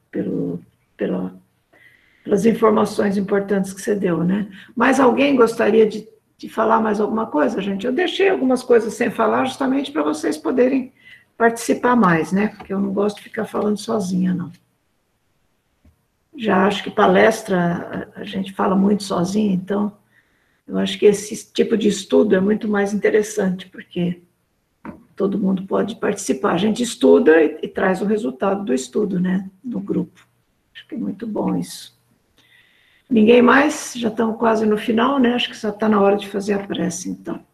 pelas informações importantes que você deu, né? Mais alguém gostaria de falar mais alguma coisa, gente? Eu deixei algumas coisas sem falar justamente para vocês poderem participar mais, né? Porque eu não gosto de ficar falando sozinha, não. Já acho que palestra a gente fala muito sozinha, então eu acho que esse tipo de estudo é muito mais interessante, porque todo mundo pode participar. A gente estuda e traz o resultado do estudo, né? No grupo. Acho que é muito bom isso. Ninguém mais? Já estamos quase no final, né? Acho que já está na hora de fazer a prece, então.